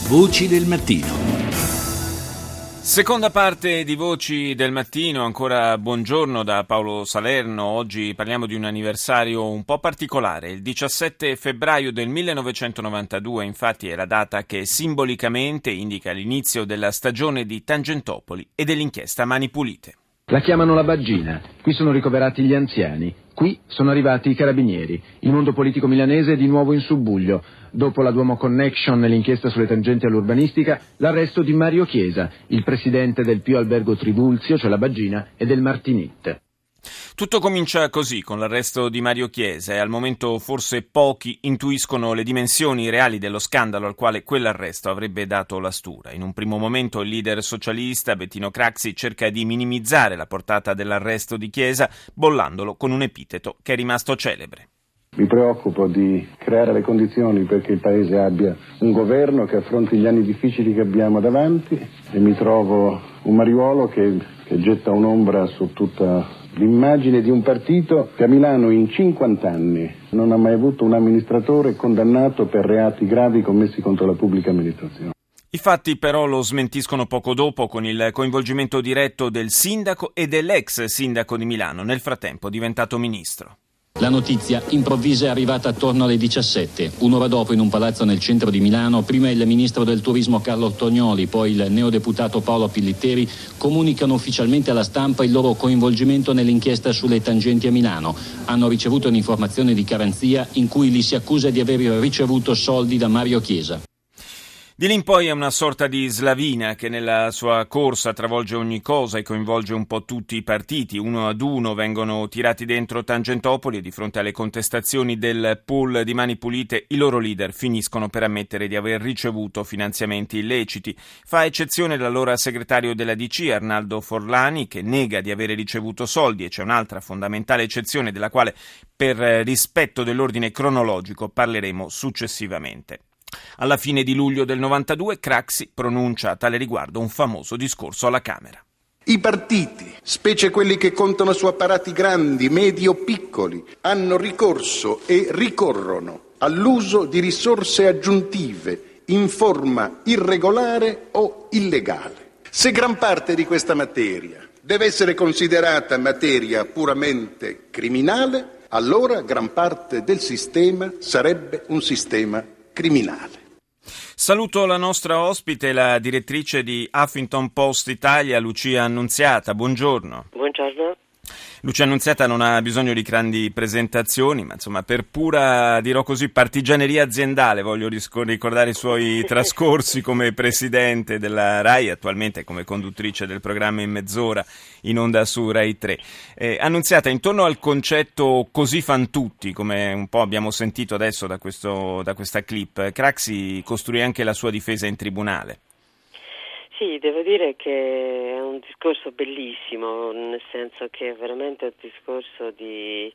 Voci del mattino. Seconda parte di Voci del Mattino, ancora buongiorno da Paolo Salerno. Oggi parliamo di un anniversario un po' particolare. Il 17 febbraio del 1992, infatti, è la data che simbolicamente indica l'inizio della stagione di Tangentopoli e dell'inchiesta Mani Pulite. La chiamano la Baggina, qui sono ricoverati gli anziani, qui sono arrivati i carabinieri. Il mondo politico milanese è di nuovo in subbuglio. Dopo la Duomo Connection e l'inchiesta sulle tangenti all'urbanistica, l'arresto di Mario Chiesa, il presidente del Pio Albergo Trivulzio, cioè la Baggina, e del Martinit. Tutto comincia così, con l'arresto di Mario Chiesa, e al momento forse pochi intuiscono le dimensioni reali dello scandalo al quale quell'arresto avrebbe dato la stura. In un primo momento il leader socialista Bettino Craxi cerca di minimizzare la portata dell'arresto di Chiesa, bollandolo con un epiteto che è rimasto celebre. Mi preoccupo di creare le condizioni perché il Paese abbia un governo che affronti gli anni difficili che abbiamo davanti, e mi trovo un mariuolo che getta un'ombra su tutta l'immagine di un partito che a Milano in 50 anni non ha mai avuto un amministratore condannato per reati gravi commessi contro la pubblica amministrazione. I fatti però lo smentiscono poco dopo, con il coinvolgimento diretto del sindaco e dell'ex sindaco di Milano, nel frattempo diventato ministro. La notizia improvvisa è arrivata attorno alle 17. Un'ora dopo, in un palazzo nel centro di Milano, prima il ministro del turismo Carlo Tognoli, poi il neodeputato Paolo Pillitteri comunicano ufficialmente alla stampa il loro coinvolgimento nell'inchiesta sulle tangenti a Milano. Hanno ricevuto un'informazione di garanzia in cui li si accusa di aver ricevuto soldi da Mario Chiesa. Di lì in poi è una sorta di slavina che nella sua corsa travolge ogni cosa e coinvolge un po' tutti i partiti. Uno ad uno vengono tirati dentro Tangentopoli e di fronte alle contestazioni del pool di Mani Pulite i loro leader finiscono per ammettere di aver ricevuto finanziamenti illeciti. Fa eccezione l'allora segretario della DC Arnaldo Forlani, che nega di avere ricevuto soldi, e c'è un'altra fondamentale eccezione della quale per rispetto dell'ordine cronologico parleremo successivamente. Alla fine di luglio del 92 Craxi pronuncia a tale riguardo un famoso discorso alla Camera. I partiti, specie quelli che contano su apparati grandi, medi o piccoli, hanno ricorso e ricorrono all'uso di risorse aggiuntive in forma irregolare o illegale. Se gran parte di questa materia deve essere considerata materia puramente criminale, allora gran parte del sistema sarebbe un sistema criminale. Saluto la nostra ospite, la direttrice di Huffington Post Italia, Lucia Annunziata. Buongiorno. Buongiorno. Lucia Annunziata non ha bisogno di grandi presentazioni, ma insomma per pura, dirò così, partigianeria aziendale voglio ricordare i suoi trascorsi come presidente della RAI, attualmente come conduttrice del programma In Mezz'ora in onda su Rai 3. Annunziata, intorno al concetto così fan tutti, come un po' abbiamo sentito adesso da questa clip, Craxi costruì anche la sua difesa in tribunale. Sì, devo dire che è un discorso bellissimo, nel senso che è veramente un discorso di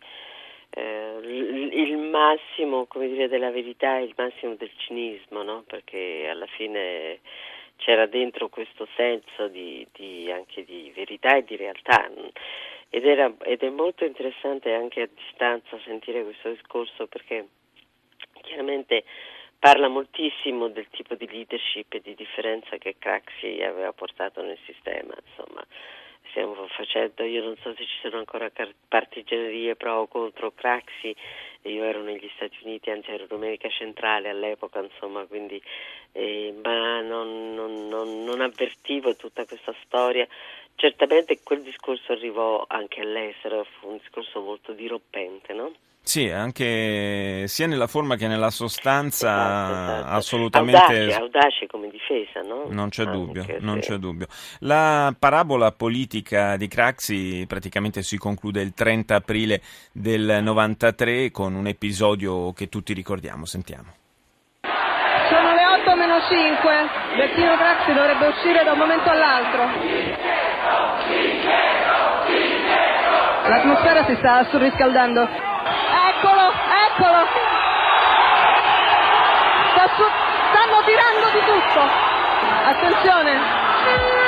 il massimo, come dire, della verità e il massimo del cinismo, no? Perché alla fine c'era dentro questo senso anche di verità e di realtà, ed è molto interessante anche a distanza sentire questo discorso, perché chiaramente parla moltissimo del tipo di leadership e di differenza che Craxi aveva portato nel sistema. Insomma, stiamo facendo, io non so se ci sono ancora partigianerie pro o contro Craxi, io ero negli Stati Uniti, anzi ero in America Centrale all'epoca, insomma, quindi ma non avvertivo tutta questa storia. Certamente quel discorso arrivò anche all'estero, fu un discorso molto dirompente, no? Sì, anche sia nella forma che nella sostanza, esatto. Assolutamente audace come difesa, no? Non c'è dubbio. La parabola politica di Craxi praticamente si conclude il 30 aprile del 93 con un episodio che tutti ricordiamo. Sentiamo. Sono le 8:05, Bettino Craxi dovrebbe uscire da un momento all'altro. L'atmosfera si sta surriscaldando. Eccolo! Stanno tirando di tutto. Attenzione.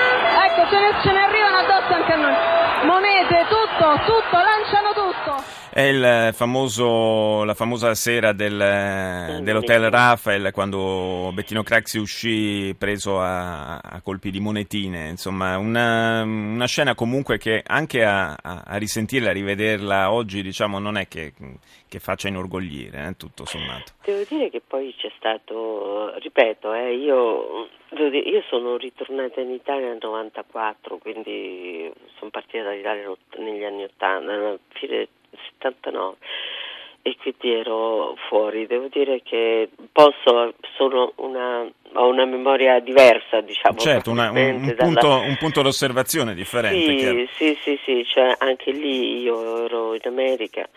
Ecco, ce ne arrivano addosso anche a noi. Monete, tutto, lanciano tutto. È la famosa sera dell'Hotel Rafael, quando Bettino Craxi uscì preso a colpi di monetine. Insomma, una scena comunque che anche a risentirla, a rivederla oggi, diciamo, non è che faccia inorgoglire, tutto sommato. Devo dire che poi c'è stato, ripeto, io sono ritornata in Italia nel 94, quindi sono partita dall'Italia negli anni 80, fine 79, e quindi ero fuori. Devo dire che ho una memoria diversa, diciamo. Certo, un punto d'osservazione differente. Sì, cioè anche lì io ero in America,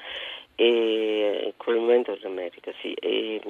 e in quel momento in America, sì, e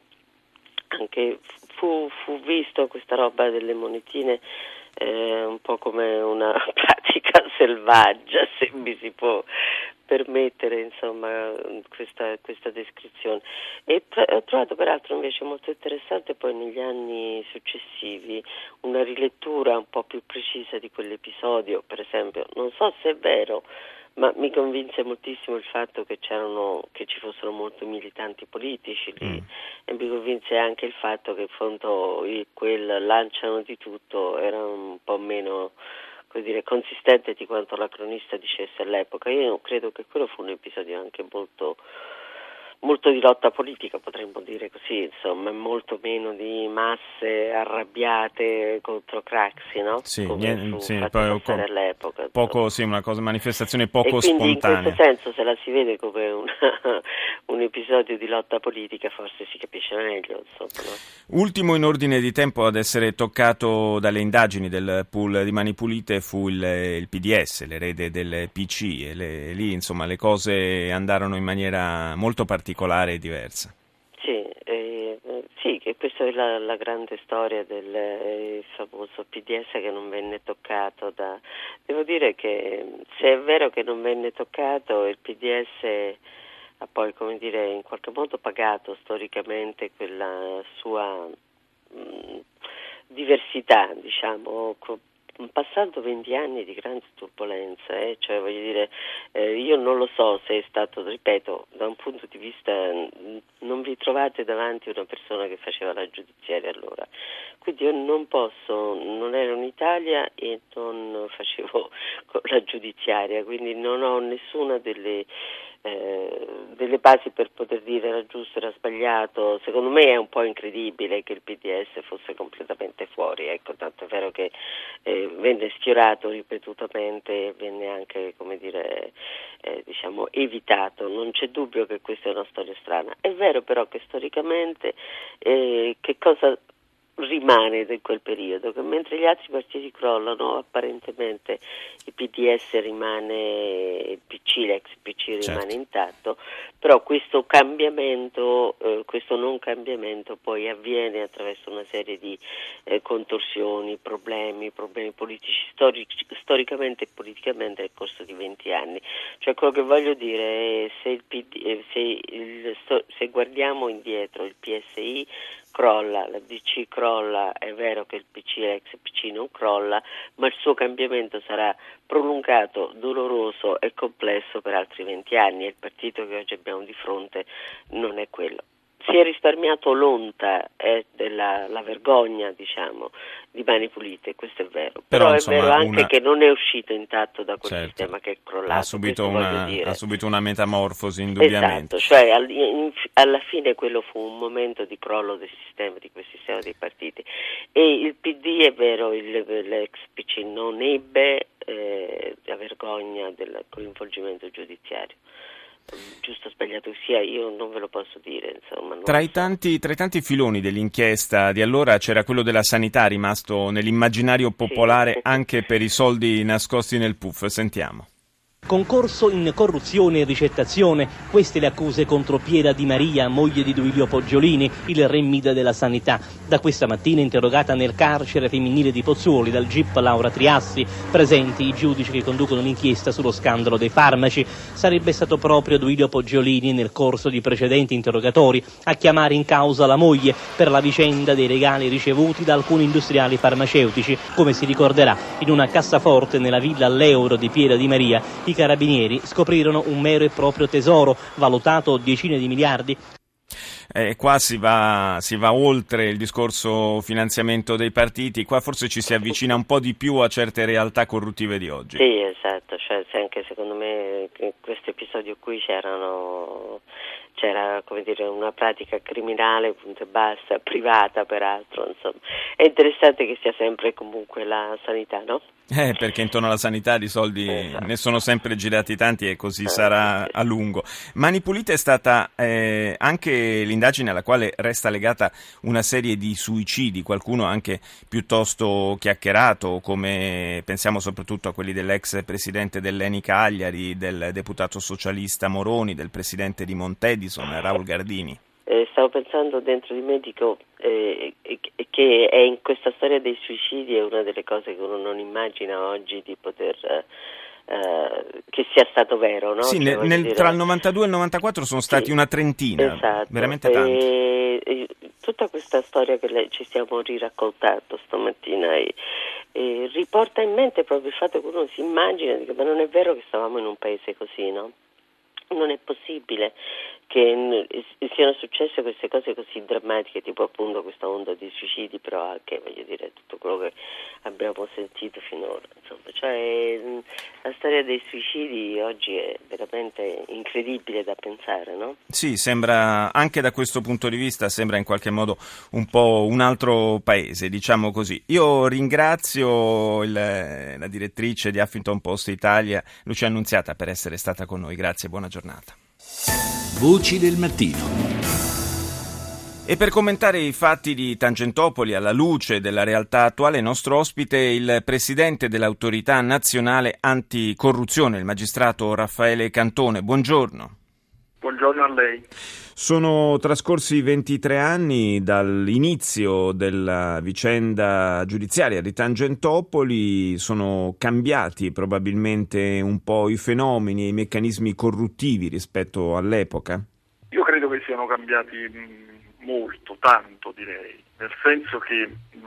anche fu visto questa roba delle monetine un po' come una pratica selvaggia, se mi si può permettere, insomma, questa descrizione. E ho trovato peraltro invece molto interessante poi negli anni successivi una rilettura un po' più precisa di quell'episodio. Per esempio, non so se è vero, ma mi convinse moltissimo il fatto che ci fossero molti militanti politici lì, e mi convinse anche il fatto che in fondo quel lanciano di tutto era un po' meno, come dire, consistente di quanto la cronista dicesse all'epoca. Io credo che quello fu un episodio anche molto di lotta politica, potremmo dire così, insomma, molto meno di masse arrabbiate contro Craxi, no? Sì, poi all'epoca. Manifestazione poco spontanea. In questo senso, se la si vede come un episodio di lotta politica, forse si capisce meglio, insomma, no? Ultimo in ordine di tempo ad essere toccato dalle indagini del pool di Mani Pulite fu il PDS, l'erede del PC, e lì, insomma, le cose andarono in maniera molto particolare e diversa. Sì, che questa è la grande storia del famoso PDS che non venne toccato devo dire che se è vero che non venne toccato, il PDS ha poi, come dire, in qualche modo pagato storicamente quella sua diversità, diciamo, passando 20 anni di grande turbolenza, cioè voglio dire, io non lo so se è stato, ripeto, da un punto di vista, non vi trovate davanti una persona che faceva la giudiziaria allora, quindi io non ero in Italia e non facevo la giudiziaria, quindi non ho nessuna delle basi per poter dire era giusto, era sbagliato. Secondo me è un po' incredibile che il PDS fosse completamente fuori, ecco, tanto è vero che venne sfiorato ripetutamente e venne anche, come dire, diciamo, evitato. Non c'è dubbio che questa è una storia strana. È vero però che storicamente che cosa rimane di quel periodo, che mentre gli altri partiti crollano, apparentemente il PDS rimane, il PC, l'ex PC rimane intatto, però questo cambiamento, questo non cambiamento poi avviene attraverso una serie di contorsioni, problemi politici, storicamente e politicamente nel corso di 20 anni. Cioè, quello che voglio dire è se guardiamo indietro, il PSI crolla, la DC crolla, è vero che il PC, l'ex PC non crolla, ma il suo cambiamento sarà prolungato, doloroso e complesso per altri 20 anni, e il partito che oggi abbiamo di fronte non è quello. Si è risparmiato l'onta della vergogna, diciamo, di Mani Pulite, questo è vero. Però insomma, è vero anche che non è uscito intatto da quel sistema che è crollato. Ha subito una metamorfosi, indubbiamente. Esatto, cioè alla fine quello fu un momento di crollo del quel sistema dei partiti. E il PD, è vero, l'ex PC non ebbe la vergogna del coinvolgimento giudiziario. Giusto o sbagliato che sia, io non ve lo posso dire, insomma. Tra i tanti filoni dell'inchiesta di allora c'era quello della sanità, rimasto nell'immaginario popolare anche per i soldi nascosti nel PUF. Sentiamo. Concorso in corruzione e ricettazione, queste le accuse contro Piera Di Maria, moglie di Duilio Poggiolini, il re Mida della sanità. Da questa mattina interrogata nel carcere femminile di Pozzuoli dal GIP Laura Triassi, presenti i giudici che conducono l'inchiesta sullo scandalo dei farmaci. Sarebbe stato proprio Duilio Poggiolini, nel corso di precedenti interrogatori, a chiamare in causa la moglie per la vicenda dei regali ricevuti da alcuni industriali farmaceutici, come si ricorderà, in una cassaforte nella villa all'Euro di Piera Di Maria, I carabinieri scoprirono un vero e proprio tesoro, valutato decine di miliardi. Qua si va oltre il discorso finanziamento dei partiti, qua forse ci si avvicina un po' di più a certe realtà corruttive di oggi. Sì, esatto, cioè anche secondo me in questo episodio qui c'era come dire una pratica criminale, punto e basta, privata peraltro, insomma. È interessante che sia sempre comunque la sanità, no? Perché intorno alla sanità di soldi ne sono sempre girati tanti e così sarà a lungo. Mani Pulite è stata anche l'indagine alla quale resta legata una serie di suicidi, qualcuno anche piuttosto chiacchierato, come pensiamo soprattutto a quelli dell'ex presidente dell'ENI Cagliari, del deputato socialista Moroni, del presidente di Montedison, Raul Gardini. Stavo pensando dentro di me, dico che è in questa storia dei suicidi è una delle cose che uno non immagina oggi di poter che sia stato vero, no? Sì, Cioè, tra il 92 e il 94 sono stati una trentina, esatto. Veramente tanti. E tutta questa storia che ci stiamo riraccontando stamattina riporta in mente proprio il fatto che uno si immagina, ma non è vero che stavamo in un paese così, no? Non è possibile che siano successe queste cose così drammatiche, tipo appunto questa onda di suicidi, però anche, voglio dire, tutto quello che abbiamo sentito finora, insomma, cioè la storia dei suicidi oggi è veramente incredibile da pensare, no? Sì, sembra, anche da questo punto di vista, sembra in qualche modo un po' un altro paese, diciamo così. Io ringrazio la direttrice di Huffington Post Italia, Lucia Annunziata, per essere stata con noi. Grazie, buona giornata. Voci del mattino. E per commentare i fatti di Tangentopoli alla luce della realtà attuale, nostro ospite è il presidente dell'Autorità Nazionale Anticorruzione, il magistrato Raffaele Cantone. Buongiorno. Buongiorno a lei. Sono trascorsi 23 anni dall'inizio della vicenda giudiziaria di Tangentopoli, sono cambiati probabilmente un po' i fenomeni e i meccanismi corruttivi rispetto all'epoca? Io credo che siano cambiati molto, tanto direi, nel senso che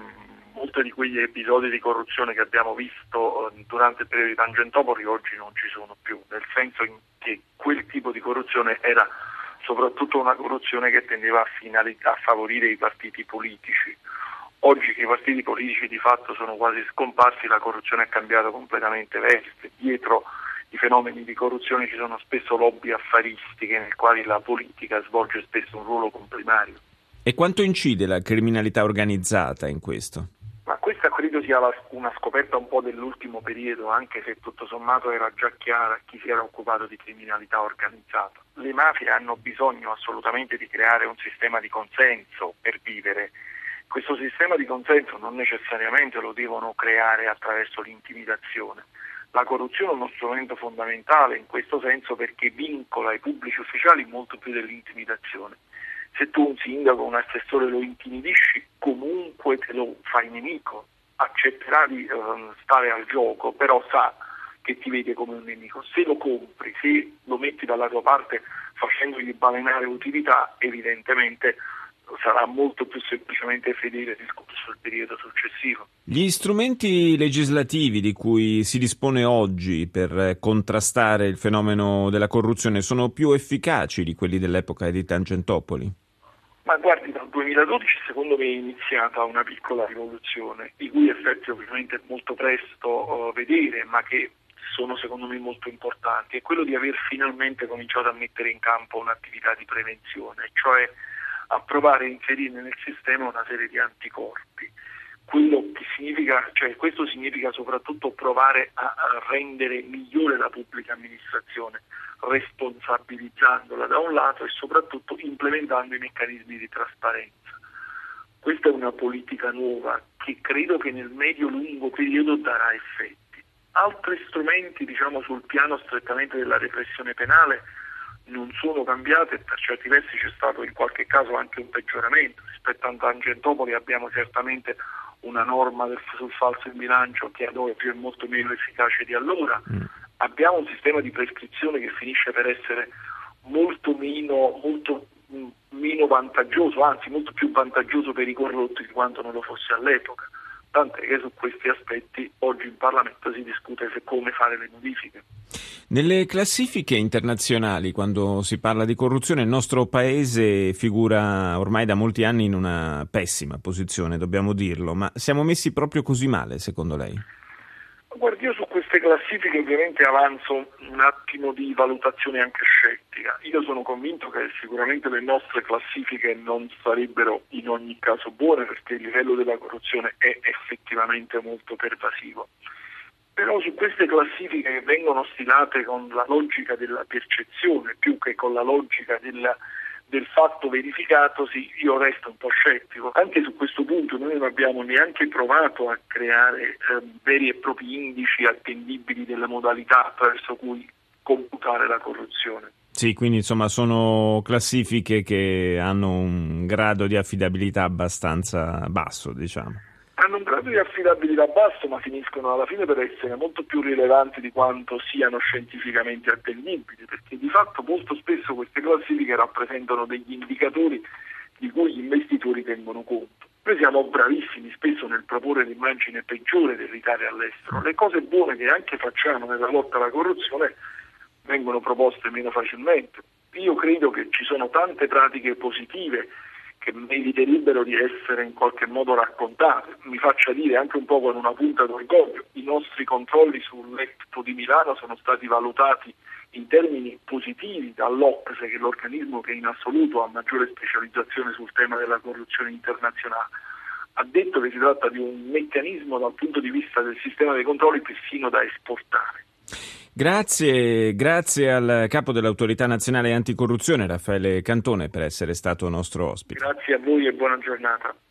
molti di quegli episodi di corruzione che abbiamo visto durante il periodo di Tangentopoli oggi non ci sono più, nel senso che quel tipo di corruzione era soprattutto una corruzione che tendeva a favorire i partiti politici. Oggi che i partiti politici di fatto sono quasi scomparsi, la corruzione è cambiata completamente veste. Dietro i fenomeni di corruzione ci sono spesso lobby affaristiche nel quali la politica svolge spesso un ruolo comprimario. E quanto incide la criminalità organizzata in questo? Ma questa credo sia una scoperta un po' dell'ultimo periodo, anche se tutto sommato era già chiara chi si era occupato di criminalità organizzata. Le mafie hanno bisogno assolutamente di creare un sistema di consenso per vivere. Questo sistema di consenso non necessariamente lo devono creare attraverso l'intimidazione. La corruzione è uno strumento fondamentale in questo senso perché vincola i pubblici ufficiali molto più dell'intimidazione. Se tu un sindaco o un assessore lo intimidisci, comunque te lo fai nemico, accetterà di stare al gioco, però sa che ti vede come un nemico. Se lo compri, se lo metti dalla tua parte facendogli balenare utilità, evidentemente sarà molto più semplicemente fedele al discorso del periodo successivo. Gli strumenti legislativi di cui si dispone oggi per contrastare il fenomeno della corruzione sono più efficaci di quelli dell'epoca di Tangentopoli? Ma guardi, dal 2012 secondo me è iniziata una piccola rivoluzione, i cui effetti ovviamente è molto presto vedere, ma che sono secondo me molto importanti. È quello di aver finalmente cominciato a mettere in campo un'attività di prevenzione, cioè a provare a inserire nel sistema una serie di anticorpi. Quello che significa, cioè questo significa soprattutto provare a rendere migliore la pubblica amministrazione, responsabilizzandola da un lato e soprattutto implementando i meccanismi di trasparenza. Questa è una politica nuova che credo che nel medio-lungo periodo darà effetti. Altri strumenti, sul piano strettamente della repressione penale, non sono cambiate e per certi versi c'è stato in qualche caso anche un peggioramento. Rispetto a Tangentopoli abbiamo certamente una norma sul falso in bilancio che ad oggi è molto meno efficace di allora. Abbiamo un sistema di prescrizione che finisce per essere molto meno vantaggioso, anzi molto più vantaggioso per i corrotti di quanto non lo fosse all'epoca. Tant'è che su questi aspetti oggi in Parlamento si discute su come fare le modifiche. Nelle classifiche internazionali, quando si parla di corruzione, il nostro paese figura ormai da molti anni in una pessima posizione, dobbiamo dirlo, ma siamo messi proprio così male, secondo lei? Guardi, io su queste classifiche ovviamente avanzo un attimo di valutazione anche scettica. Io sono convinto che sicuramente le nostre classifiche non sarebbero in ogni caso buone, perché il livello della corruzione è effettivamente molto pervasivo. Però su queste classifiche che vengono stilate con la logica della percezione più che con la logica del fatto verificatosi, io resto un po' scettico. Anche su questo punto noi non abbiamo neanche provato a creare veri e propri indici attendibili delle modalità attraverso cui computare la corruzione. Sì, quindi insomma sono classifiche che hanno un grado di affidabilità abbastanza basso, diciamo. Hanno un grado di affidabilità basso, ma finiscono alla fine per essere molto più rilevanti di quanto siano scientificamente attendibili, perché di fatto molto spesso queste classifiche rappresentano degli indicatori di cui gli investitori tengono conto. Noi siamo bravissimi spesso nel proporre l'immagine peggiore dell'Italia all'estero. Le cose buone che anche facciamo nella lotta alla corruzione vengono proposte meno facilmente. Io credo che ci sono tante pratiche positive che meriterebbero di essere in qualche modo raccontate. Mi faccia dire anche un po' con una punta d'orgoglio, i nostri controlli sull'Expo di Milano sono stati valutati in termini positivi dall'OCSE, che è l'organismo che in assoluto ha maggiore specializzazione sul tema della corruzione internazionale. Ha detto che si tratta di un meccanismo dal punto di vista del sistema dei controlli persino da esportare. Grazie al capo dell'Autorità Nazionale Anticorruzione, Raffaele Cantone, per essere stato nostro ospite. Grazie a voi e buona giornata.